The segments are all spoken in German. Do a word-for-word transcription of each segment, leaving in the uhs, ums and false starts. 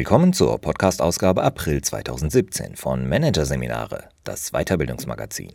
Willkommen zur Podcast-Ausgabe April zweitausendsiebzehn von Managerseminare, das Weiterbildungsmagazin.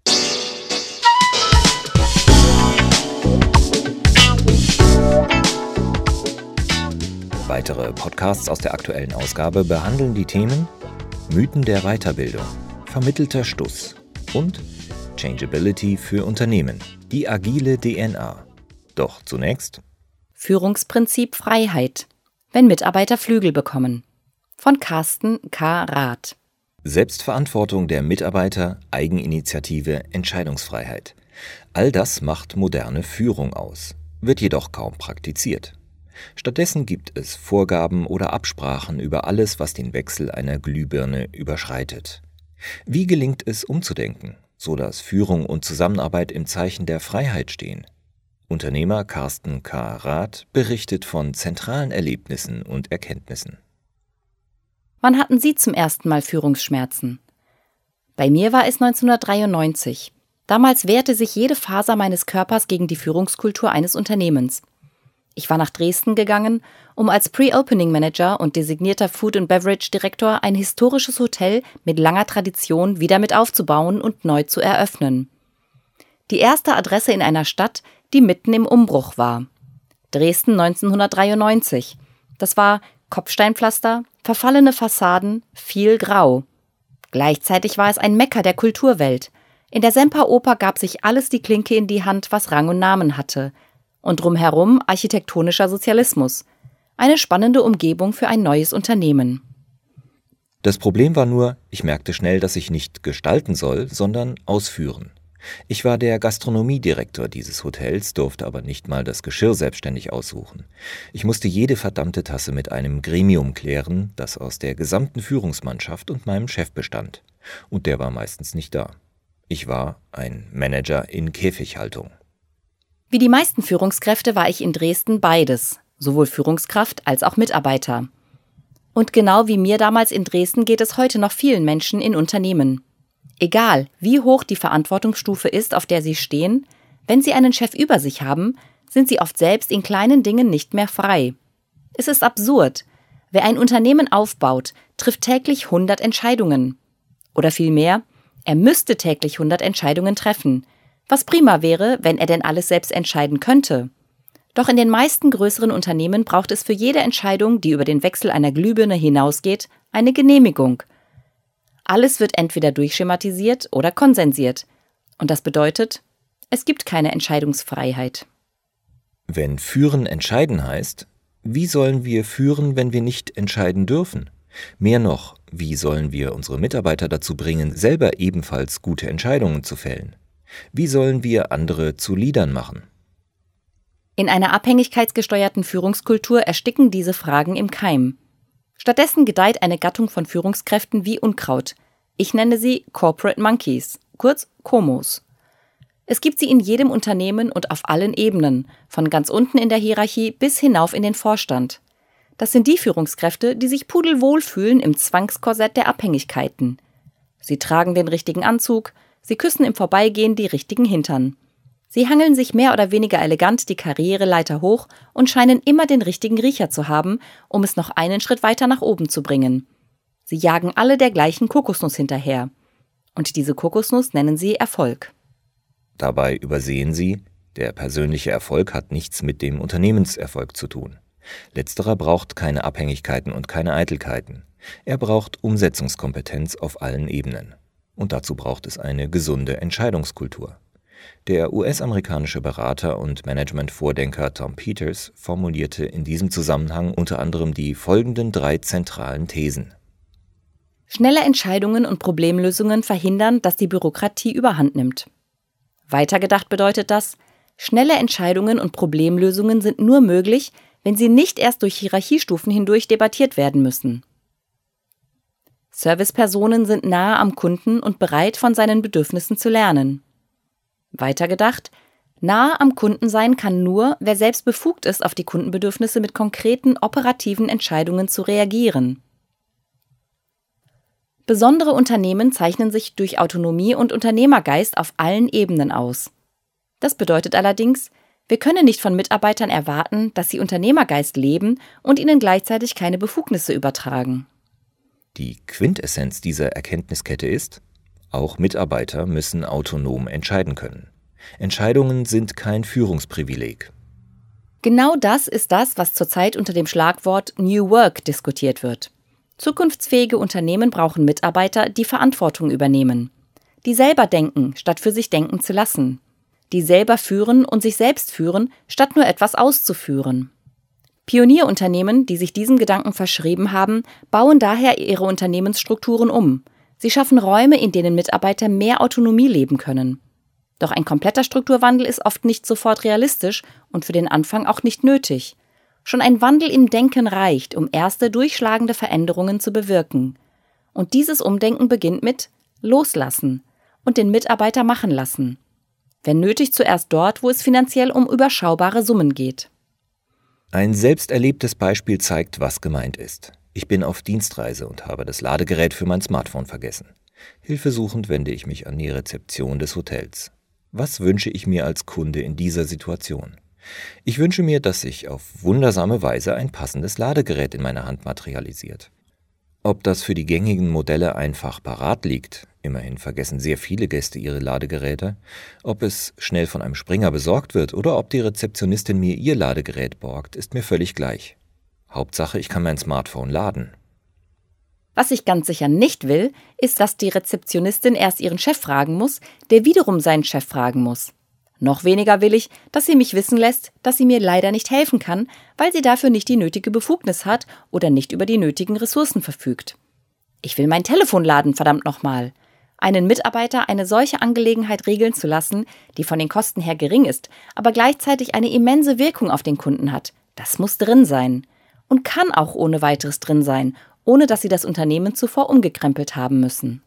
Weitere Podcasts aus der aktuellen Ausgabe behandeln die Themen Mythen der Weiterbildung, vermittelter Stuss und Changeability für Unternehmen, die agile D N A. Doch zunächst Führungsprinzip Freiheit, wenn Mitarbeiter Flügel bekommen. Von Carsten K. Rath. Selbstverantwortung der Mitarbeiter, Eigeninitiative, Entscheidungsfreiheit. All das macht moderne Führung aus, wird jedoch kaum praktiziert. Stattdessen gibt es Vorgaben oder Absprachen über alles, was den Wechsel einer Glühbirne überschreitet. Wie gelingt es, umzudenken, sodass Führung und Zusammenarbeit im Zeichen der Freiheit stehen? Unternehmer Carsten K. Rath berichtet von zentralen Erlebnissen und Erkenntnissen. Wann hatten Sie zum ersten Mal Führungsschmerzen? Bei mir war es neunzehnhundertdreiundneunzig. Damals wehrte sich jede Faser meines Körpers gegen die Führungskultur eines Unternehmens. Ich war nach Dresden gegangen, um als Pre-Opening Manager und designierter Food and Beverage Direktor ein historisches Hotel mit langer Tradition wieder mit aufzubauen und neu zu eröffnen. Die erste Adresse in einer Stadt, die mitten im Umbruch war. Dresden neunzehnhundertdreiundneunzig. Das war Kopfsteinpflaster, verfallene Fassaden, viel Grau. Gleichzeitig war es ein Mekka der Kulturwelt. In der Semperoper gab sich alles die Klinke in die Hand, was Rang und Namen hatte. Und drumherum architektonischer Sozialismus. Eine spannende Umgebung für ein neues Unternehmen. Das Problem war nur, ich merkte schnell, dass ich nicht gestalten soll, sondern ausführen. Ich war der Gastronomiedirektor dieses Hotels, durfte aber nicht mal das Geschirr selbstständig aussuchen. Ich musste jede verdammte Tasse mit einem Gremium klären, das aus der gesamten Führungsmannschaft und meinem Chef bestand. Und der war meistens nicht da. Ich war ein Manager in Käfighaltung. Wie die meisten Führungskräfte war ich in Dresden beides, sowohl Führungskraft als auch Mitarbeiter. Und genau wie mir damals in Dresden geht es heute noch vielen Menschen in Unternehmen. Egal, wie hoch die Verantwortungsstufe ist, auf der sie stehen, wenn sie einen Chef über sich haben, sind sie oft selbst in kleinen Dingen nicht mehr frei. Es ist absurd. Wer ein Unternehmen aufbaut, trifft täglich hundert Entscheidungen. Oder vielmehr, er müsste täglich hundert Entscheidungen treffen. Was prima wäre, wenn er denn alles selbst entscheiden könnte. Doch in den meisten größeren Unternehmen braucht es für jede Entscheidung, die über den Wechsel einer Glühbirne hinausgeht, eine Genehmigung. Alles wird entweder durchschematisiert oder konsensiert. Und das bedeutet, es gibt keine Entscheidungsfreiheit. Wenn führen entscheiden heißt, wie sollen wir führen, wenn wir nicht entscheiden dürfen? Mehr noch, wie sollen wir unsere Mitarbeiter dazu bringen, selber ebenfalls gute Entscheidungen zu fällen? Wie sollen wir andere zu Leadern machen? In einer abhängigkeitsgesteuerten Führungskultur ersticken diese Fragen im Keim. Stattdessen gedeiht eine Gattung von Führungskräften wie Unkraut. Ich nenne sie Corporate Monkeys, kurz Komos. Es gibt sie in jedem Unternehmen und auf allen Ebenen, von ganz unten in der Hierarchie bis hinauf in den Vorstand. Das sind die Führungskräfte, die sich pudelwohl fühlen im Zwangskorsett der Abhängigkeiten. Sie tragen den richtigen Anzug, sie küssen im Vorbeigehen die richtigen Hintern. Sie hangeln sich mehr oder weniger elegant die Karriereleiter hoch und scheinen immer den richtigen Riecher zu haben, um es noch einen Schritt weiter nach oben zu bringen. Sie jagen alle der gleichen Kokosnuss hinterher. Und diese Kokosnuss nennen sie Erfolg. Dabei übersehen sie, der persönliche Erfolg hat nichts mit dem Unternehmenserfolg zu tun. Letzterer braucht keine Abhängigkeiten und keine Eitelkeiten. Er braucht Umsetzungskompetenz auf allen Ebenen. Und dazu braucht es eine gesunde Entscheidungskultur. Der U S-amerikanische Berater und Management-Vordenker Tom Peters formulierte in diesem Zusammenhang unter anderem die folgenden drei zentralen Thesen. Schnelle Entscheidungen und Problemlösungen verhindern, dass die Bürokratie überhand nimmt. Weitergedacht bedeutet das, schnelle Entscheidungen und Problemlösungen sind nur möglich, wenn sie nicht erst durch Hierarchiestufen hindurch debattiert werden müssen. Servicepersonen sind nahe am Kunden und bereit, von seinen Bedürfnissen zu lernen. Weitergedacht, nahe am Kunden sein kann nur, wer selbst befugt ist, auf die Kundenbedürfnisse mit konkreten operativen Entscheidungen zu reagieren. Besondere Unternehmen zeichnen sich durch Autonomie und Unternehmergeist auf allen Ebenen aus. Das bedeutet allerdings, Wir können nicht von Mitarbeitern erwarten, dass sie Unternehmergeist leben und ihnen gleichzeitig keine Befugnisse übertragen. Die Quintessenz dieser Erkenntniskette ist: Auch Mitarbeiter müssen autonom entscheiden können. Entscheidungen sind kein Führungsprivileg. Genau das ist das, was zurzeit unter dem Schlagwort New Work diskutiert wird. Zukunftsfähige Unternehmen brauchen Mitarbeiter, die Verantwortung übernehmen, die selber denken, statt für sich denken zu lassen, die selber führen und sich selbst führen, statt nur etwas auszuführen. Pionierunternehmen, die sich diesem Gedanken verschrieben haben, bauen daher ihre Unternehmensstrukturen um. Sie schaffen Räume, in denen Mitarbeiter mehr Autonomie leben können. Doch ein kompletter Strukturwandel ist oft nicht sofort realistisch und für den Anfang auch nicht nötig. Schon ein Wandel im Denken reicht, um erste durchschlagende Veränderungen zu bewirken. Und dieses Umdenken beginnt mit Loslassen und den Mitarbeiter machen lassen. Wenn nötig zuerst dort, wo es finanziell um überschaubare Summen geht. Ein selbst erlebtes Beispiel zeigt, was gemeint ist. Ich bin auf Dienstreise und habe das Ladegerät für mein Smartphone vergessen. Hilfesuchend wende ich mich an die Rezeption des Hotels. Was wünsche ich mir als Kunde in dieser Situation? Ich wünsche mir, dass sich auf wundersame Weise ein passendes Ladegerät in meiner Hand materialisiert. Ob das für die gängigen Modelle einfach parat liegt, immerhin vergessen sehr viele Gäste ihre Ladegeräte, ob es schnell von einem Springer besorgt wird oder ob die Rezeptionistin mir ihr Ladegerät borgt, ist mir völlig gleich. Hauptsache, ich kann mein Smartphone laden. Was ich ganz sicher nicht will, ist, dass die Rezeptionistin erst ihren Chef fragen muss, der wiederum seinen Chef fragen muss. Noch weniger will ich, dass sie mich wissen lässt, dass sie mir leider nicht helfen kann, weil sie dafür nicht die nötige Befugnis hat oder nicht über die nötigen Ressourcen verfügt. Ich will mein Telefon laden, verdammt nochmal. Einen Mitarbeiter eine solche Angelegenheit regeln zu lassen, die von den Kosten her gering ist, aber gleichzeitig eine immense Wirkung auf den Kunden hat, das muss drin sein. Und kann auch ohne weiteres drin sein, ohne dass sie das Unternehmen zuvor umgekrempelt haben müssen.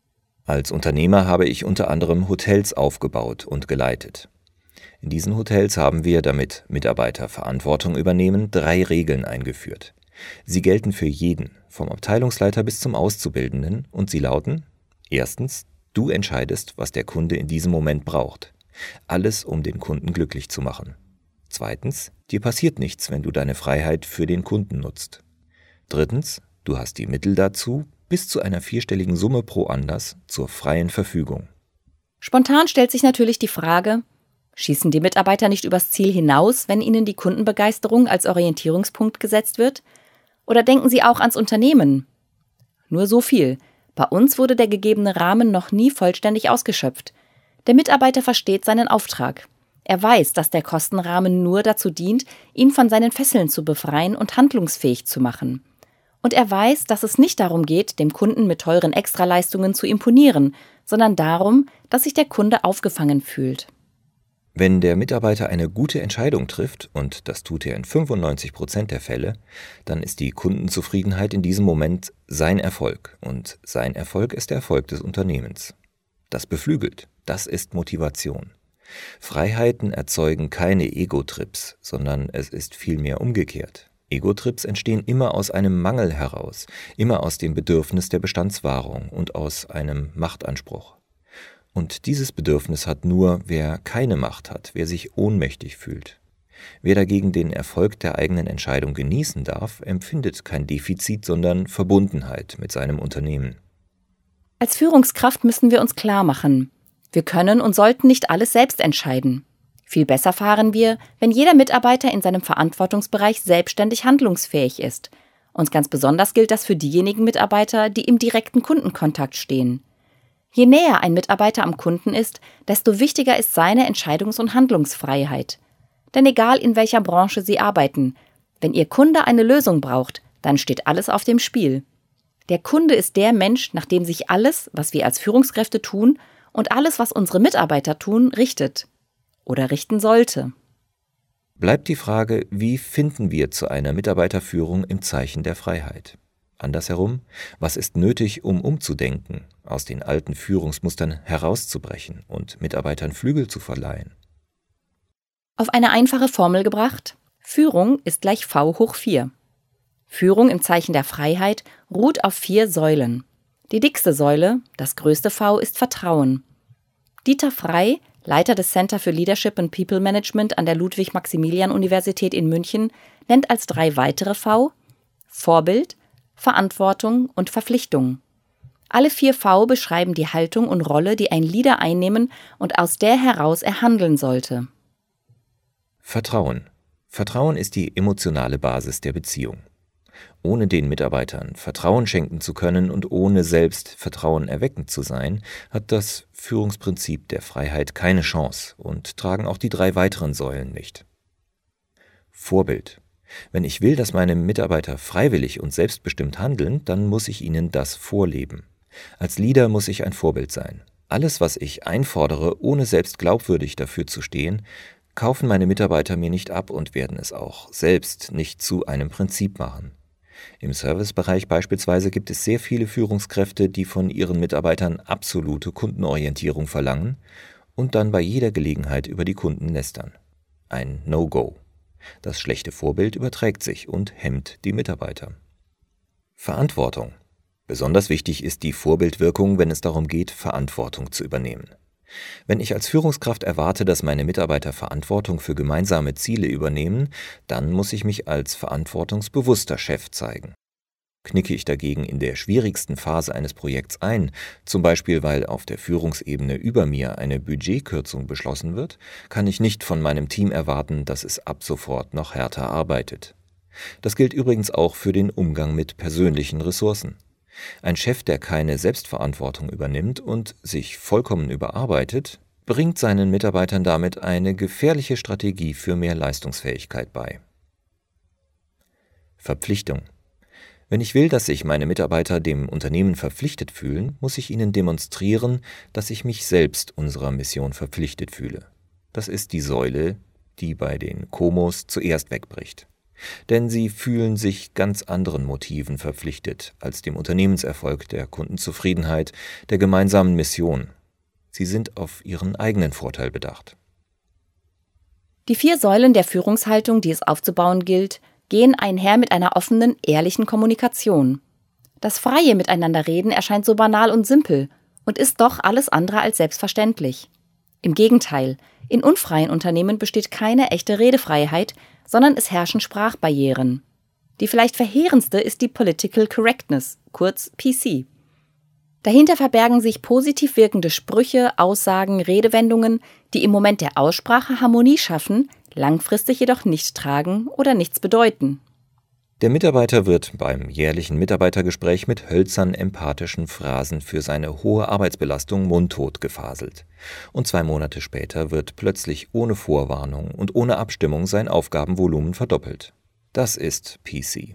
Als Unternehmer habe ich unter anderem Hotels aufgebaut und geleitet. In diesen Hotels haben wir, damit Mitarbeiter Verantwortung übernehmen, drei Regeln eingeführt. Sie gelten für jeden, vom Abteilungsleiter bis zum Auszubildenden, und sie lauten: Erstens, du entscheidest, was der Kunde in diesem Moment braucht. Alles, um den Kunden glücklich zu machen. Zweitens, dir passiert nichts, wenn du deine Freiheit für den Kunden nutzt. Drittens, du hast die Mittel dazu, bis zu einer vierstelligen Summe pro Anlass zur freien Verfügung. Spontan stellt sich natürlich die Frage, schießen die Mitarbeiter nicht übers Ziel hinaus, wenn ihnen die Kundenbegeisterung als Orientierungspunkt gesetzt wird? Oder denken sie auch ans Unternehmen? Nur so viel. Bei uns wurde der gegebene Rahmen noch nie vollständig ausgeschöpft. Der Mitarbeiter versteht seinen Auftrag. Er weiß, dass der Kostenrahmen nur dazu dient, ihn von seinen Fesseln zu befreien und handlungsfähig zu machen. Und er weiß, dass es nicht darum geht, dem Kunden mit teuren Extraleistungen zu imponieren, sondern darum, dass sich der Kunde aufgefangen fühlt. Wenn der Mitarbeiter eine gute Entscheidung trifft, und das tut er in fünfundneunzig Prozent der Fälle, dann ist die Kundenzufriedenheit in diesem Moment sein Erfolg. Und sein Erfolg ist der Erfolg des Unternehmens. Das beflügelt, das ist Motivation. Freiheiten erzeugen keine Ego-Trips, sondern es ist vielmehr umgekehrt. Ego-Trips entstehen immer aus einem Mangel heraus, immer aus dem Bedürfnis der Bestandswahrung und aus einem Machtanspruch. Und dieses Bedürfnis hat nur, wer keine Macht hat, wer sich ohnmächtig fühlt. Wer dagegen den Erfolg der eigenen Entscheidung genießen darf, empfindet kein Defizit, sondern Verbundenheit mit seinem Unternehmen. Als Führungskraft müssen wir uns klar machen, wir können und sollten nicht alles selbst entscheiden. Viel besser fahren wir, wenn jeder Mitarbeiter in seinem Verantwortungsbereich selbstständig handlungsfähig ist. Und ganz besonders gilt das für diejenigen Mitarbeiter, die im direkten Kundenkontakt stehen. Je näher ein Mitarbeiter am Kunden ist, desto wichtiger ist seine Entscheidungs- und Handlungsfreiheit. Denn egal in welcher Branche Sie arbeiten, wenn Ihr Kunde eine Lösung braucht, dann steht alles auf dem Spiel. Der Kunde ist der Mensch, nach dem sich alles, was wir als Führungskräfte tun und alles, was unsere Mitarbeiter tun, richtet. Oder richten sollte. Bleibt die Frage, wie finden wir zu einer Mitarbeiterführung im Zeichen der Freiheit? Andersherum, was ist nötig, um umzudenken, aus den alten Führungsmustern herauszubrechen und Mitarbeitern Flügel zu verleihen? Auf eine einfache Formel gebracht: Führung ist gleich V hoch vier. Führung im Zeichen der Freiheit ruht auf vier Säulen. Die dickste Säule, das größte V, ist Vertrauen. Dieter Frey, Leiter des Center für Leadership and People Management an der Ludwig-Maximilian-Universität in München, nennt als drei weitere V Vorbild, Verantwortung und Verpflichtung. Alle vier V beschreiben die Haltung und Rolle, die ein Leader einnehmen und aus der heraus er handeln sollte. Vertrauen. Vertrauen ist die emotionale Basis der Beziehung. Ohne den Mitarbeitern Vertrauen schenken zu können und ohne selbst Vertrauen erweckend zu sein, hat das Führungsprinzip der Freiheit keine Chance und tragen auch die drei weiteren Säulen nicht. Vorbild. Wenn ich will, dass meine Mitarbeiter freiwillig und selbstbestimmt handeln, dann muss ich ihnen das vorleben. Als Leader muss ich ein Vorbild sein. Alles, was ich einfordere, ohne selbst glaubwürdig dafür zu stehen, kaufen meine Mitarbeiter mir nicht ab und werden es auch selbst nicht zu einem Prinzip machen. Im Servicebereich beispielsweise gibt es sehr viele Führungskräfte, die von ihren Mitarbeitern absolute Kundenorientierung verlangen und dann bei jeder Gelegenheit über die Kunden lästern. Ein No-Go. Das schlechte Vorbild überträgt sich und hemmt die Mitarbeiter. Verantwortung. Besonders wichtig ist die Vorbildwirkung, wenn es darum geht, Verantwortung zu übernehmen. Wenn ich als Führungskraft erwarte, dass meine Mitarbeiter Verantwortung für gemeinsame Ziele übernehmen, dann muss ich mich als verantwortungsbewusster Chef zeigen. Knicke ich dagegen in der schwierigsten Phase eines Projekts ein, zum Beispiel weil auf der Führungsebene über mir eine Budgetkürzung beschlossen wird, kann ich nicht von meinem Team erwarten, dass es ab sofort noch härter arbeitet. Das gilt übrigens auch für den Umgang mit persönlichen Ressourcen. Ein Chef, der keine Selbstverantwortung übernimmt und sich vollkommen überarbeitet, bringt seinen Mitarbeitern damit eine gefährliche Strategie für mehr Leistungsfähigkeit bei. Verpflichtung. Wenn ich will, dass sich meine Mitarbeiter dem Unternehmen verpflichtet fühlen, muss ich ihnen demonstrieren, dass ich mich selbst unserer Mission verpflichtet fühle. Das ist die Säule, die bei den Komos zuerst wegbricht. Denn sie fühlen sich ganz anderen Motiven verpflichtet als dem Unternehmenserfolg, der Kundenzufriedenheit, der gemeinsamen Mission. Sie sind auf ihren eigenen Vorteil bedacht. Die vier Säulen der Führungshaltung, die es aufzubauen gilt, gehen einher mit einer offenen, ehrlichen Kommunikation. Das freie Miteinanderreden erscheint so banal und simpel und ist doch alles andere als selbstverständlich. Im Gegenteil, in unfreien Unternehmen besteht keine echte Redefreiheit, sondern es herrschen Sprachbarrieren. Die vielleicht verheerendste ist die Political Correctness, kurz P C. Dahinter verbergen sich positiv wirkende Sprüche, Aussagen, Redewendungen, die im Moment der Aussprache Harmonie schaffen, langfristig jedoch nicht tragen oder nichts bedeuten. Der Mitarbeiter wird beim jährlichen Mitarbeitergespräch mit hölzern empathischen Phrasen für seine hohe Arbeitsbelastung mundtot gefaselt. Und zwei Monate später wird plötzlich ohne Vorwarnung und ohne Abstimmung sein Aufgabenvolumen verdoppelt. Das ist P C.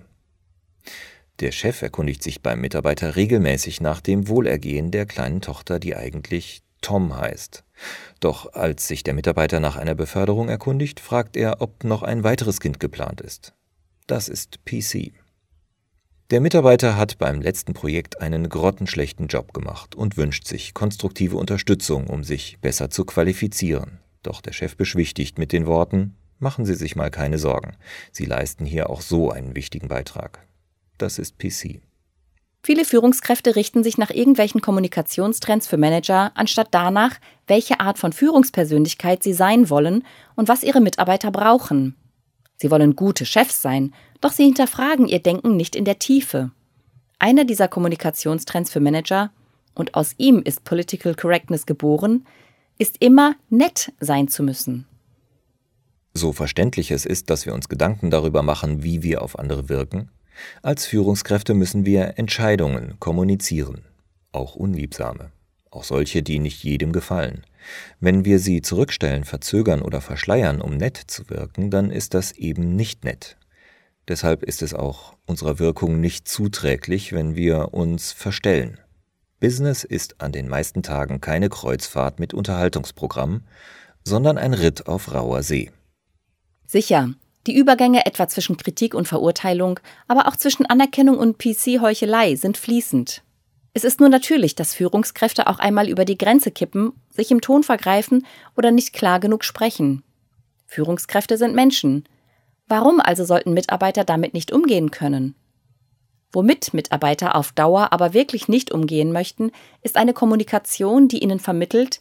Der Chef erkundigt sich beim Mitarbeiter regelmäßig nach dem Wohlergehen der kleinen Tochter, die eigentlich Tom heißt. Doch als sich der Mitarbeiter nach einer Beförderung erkundigt, fragt er, ob noch ein weiteres Kind geplant ist. Das ist P C. Der Mitarbeiter hat beim letzten Projekt einen grottenschlechten Job gemacht und wünscht sich konstruktive Unterstützung, um sich besser zu qualifizieren. Doch der Chef beschwichtigt mit den Worten: Machen Sie sich mal keine Sorgen, Sie leisten hier auch so einen wichtigen Beitrag. Das ist P C. Viele Führungskräfte richten sich nach irgendwelchen Kommunikationstrends für Manager, anstatt danach, welche Art von Führungspersönlichkeit sie sein wollen und was ihre Mitarbeiter brauchen. Sie wollen gute Chefs sein, doch sie hinterfragen ihr Denken nicht in der Tiefe. Einer dieser Kommunikationstrends für Manager, und aus ihm ist Political Correctness geboren, ist immer nett sein zu müssen. So verständlich es ist, dass wir uns Gedanken darüber machen, wie wir auf andere wirken, als Führungskräfte müssen wir Entscheidungen kommunizieren, auch unliebsame, auch solche, die nicht jedem gefallen. Wenn wir sie zurückstellen, verzögern oder verschleiern, um nett zu wirken, dann ist das eben nicht nett. Deshalb ist es auch unserer Wirkung nicht zuträglich, wenn wir uns verstellen. Business ist an den meisten Tagen keine Kreuzfahrt mit Unterhaltungsprogramm, sondern ein Ritt auf rauer See. Sicher, die Übergänge etwa zwischen Kritik und Verurteilung, aber auch zwischen Anerkennung und P C-Heuchelei sind fließend. Es ist nur natürlich, dass Führungskräfte auch einmal über die Grenze kippen, sich im Ton vergreifen oder nicht klar genug sprechen. Führungskräfte sind Menschen. Warum also sollten Mitarbeiter damit nicht umgehen können? Womit Mitarbeiter auf Dauer aber wirklich nicht umgehen möchten, ist eine Kommunikation, die ihnen vermittelt: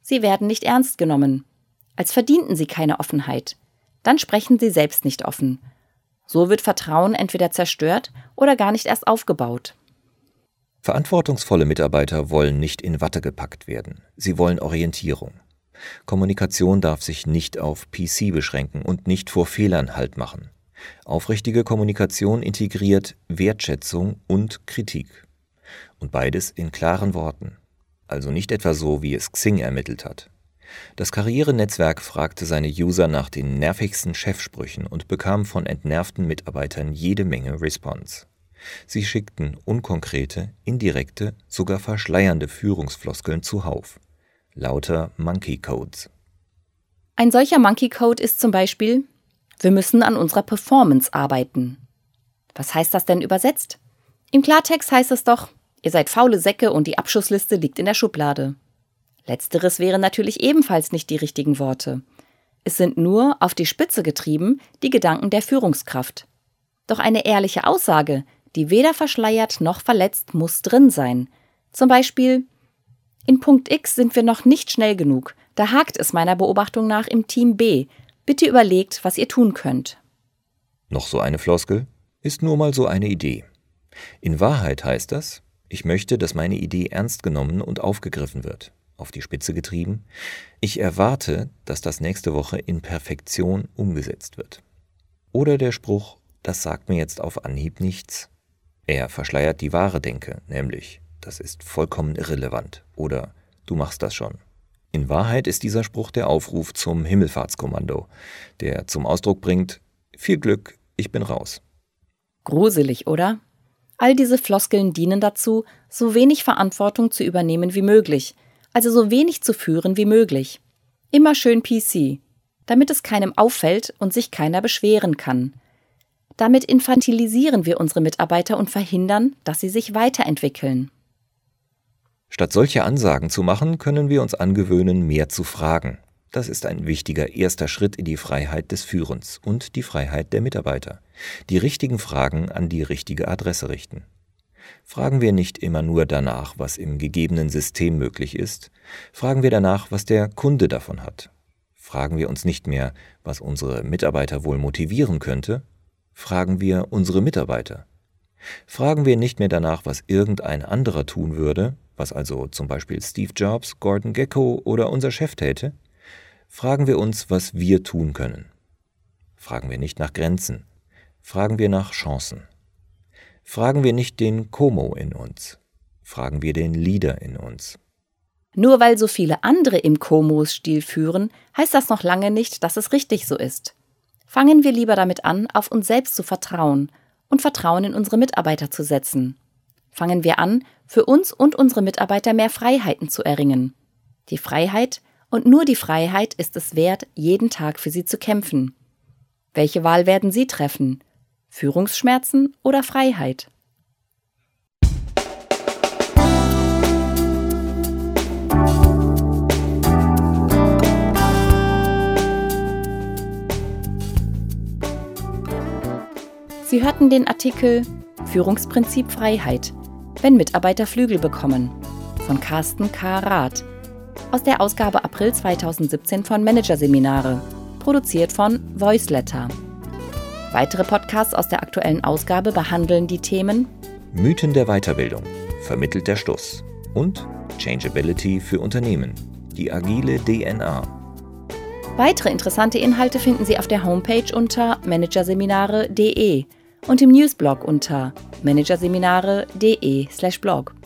Sie werden nicht ernst genommen, als verdienten sie keine Offenheit. Dann sprechen sie selbst nicht offen. So wird Vertrauen entweder zerstört oder gar nicht erst aufgebaut. Verantwortungsvolle Mitarbeiter wollen nicht in Watte gepackt werden. Sie wollen Orientierung. Kommunikation darf sich nicht auf P C beschränken und nicht vor Fehlern Halt machen. Aufrichtige Kommunikation integriert Wertschätzung und Kritik. Und beides in klaren Worten. Also nicht etwa so, wie es Xing ermittelt hat. Das Karrierenetzwerk fragte seine User nach den nervigsten Chefsprüchen und bekam von entnervten Mitarbeitern jede Menge Response. Sie schickten unkonkrete, indirekte, sogar verschleiernde Führungsfloskeln zuhauf. Lauter Monkey Codes. Ein solcher Monkey Code ist zum Beispiel: Wir müssen an unserer Performance arbeiten. Was heißt das denn übersetzt? Im Klartext heißt es doch: Ihr seid faule Säcke und die Abschussliste liegt in der Schublade. Letzteres wären natürlich ebenfalls nicht die richtigen Worte. Es sind nur auf die Spitze getrieben die Gedanken der Führungskraft. Doch eine ehrliche Aussage, die weder verschleiert noch verletzt, muss drin sein. Zum Beispiel: In Punkt X sind wir noch nicht schnell genug. Da hakt es meiner Beobachtung nach im Team B. Bitte überlegt, was ihr tun könnt. Noch so eine Floskel? Ist nur mal so eine Idee. In Wahrheit heißt das: Ich möchte, dass meine Idee ernst genommen und aufgegriffen wird. Auf die Spitze getrieben: Ich erwarte, dass das nächste Woche in Perfektion umgesetzt wird. Oder der Spruch: Das sagt mir jetzt auf Anhieb nichts. Er verschleiert die wahre Denke, nämlich: Das ist vollkommen irrelevant oder du machst das schon. In Wahrheit ist dieser Spruch der Aufruf zum Himmelfahrtskommando, der zum Ausdruck bringt: Viel Glück, ich bin raus. Gruselig, oder? All diese Floskeln dienen dazu, so wenig Verantwortung zu übernehmen wie möglich, also so wenig zu führen wie möglich. Immer schön P C, damit es keinem auffällt und sich keiner beschweren kann. Damit infantilisieren wir unsere Mitarbeiter und verhindern, dass sie sich weiterentwickeln. Statt solche Ansagen zu machen, können wir uns angewöhnen, mehr zu fragen. Das ist ein wichtiger erster Schritt in die Freiheit des Führens und die Freiheit der Mitarbeiter. Die richtigen Fragen an die richtige Adresse richten. Fragen wir nicht immer nur danach, was im gegebenen System möglich ist. Fragen wir danach, was der Kunde davon hat. Fragen wir uns nicht mehr, was unsere Mitarbeiter wohl motivieren könnte. Fragen wir unsere Mitarbeiter. Fragen wir nicht mehr danach, was irgendein anderer tun würde, was also zum Beispiel Steve Jobs, Gordon Gekko oder unser Chef täte. Fragen wir uns, was wir tun können. Fragen wir nicht nach Grenzen. Fragen wir nach Chancen. Fragen wir nicht den Como in uns. Fragen wir den Leader in uns. Nur weil so viele andere im Como-Stil führen, heißt das noch lange nicht, dass es richtig so ist. Fangen wir lieber damit an, auf uns selbst zu vertrauen und Vertrauen in unsere Mitarbeiter zu setzen. Fangen wir an, für uns und unsere Mitarbeiter mehr Freiheiten zu erringen. Die Freiheit und nur die Freiheit ist es wert, jeden Tag für sie zu kämpfen. Welche Wahl werden Sie treffen? Führungsschmerzen oder Freiheit? Sie hörten den Artikel Führungsprinzip Freiheit, wenn Mitarbeiter Flügel bekommen, von Carsten K. Rath, aus der Ausgabe April zweitausendsiebzehn von Managerseminare, produziert von Voiceletter. Weitere Podcasts aus der aktuellen Ausgabe behandeln die Themen Mythen der Weiterbildung, vermittelt der Stuss und Changeability für Unternehmen, die agile D N A. Weitere interessante Inhalte finden Sie auf der Homepage unter managerseminare punkt de und im Newsblog unter managerseminare punkt de slash blog.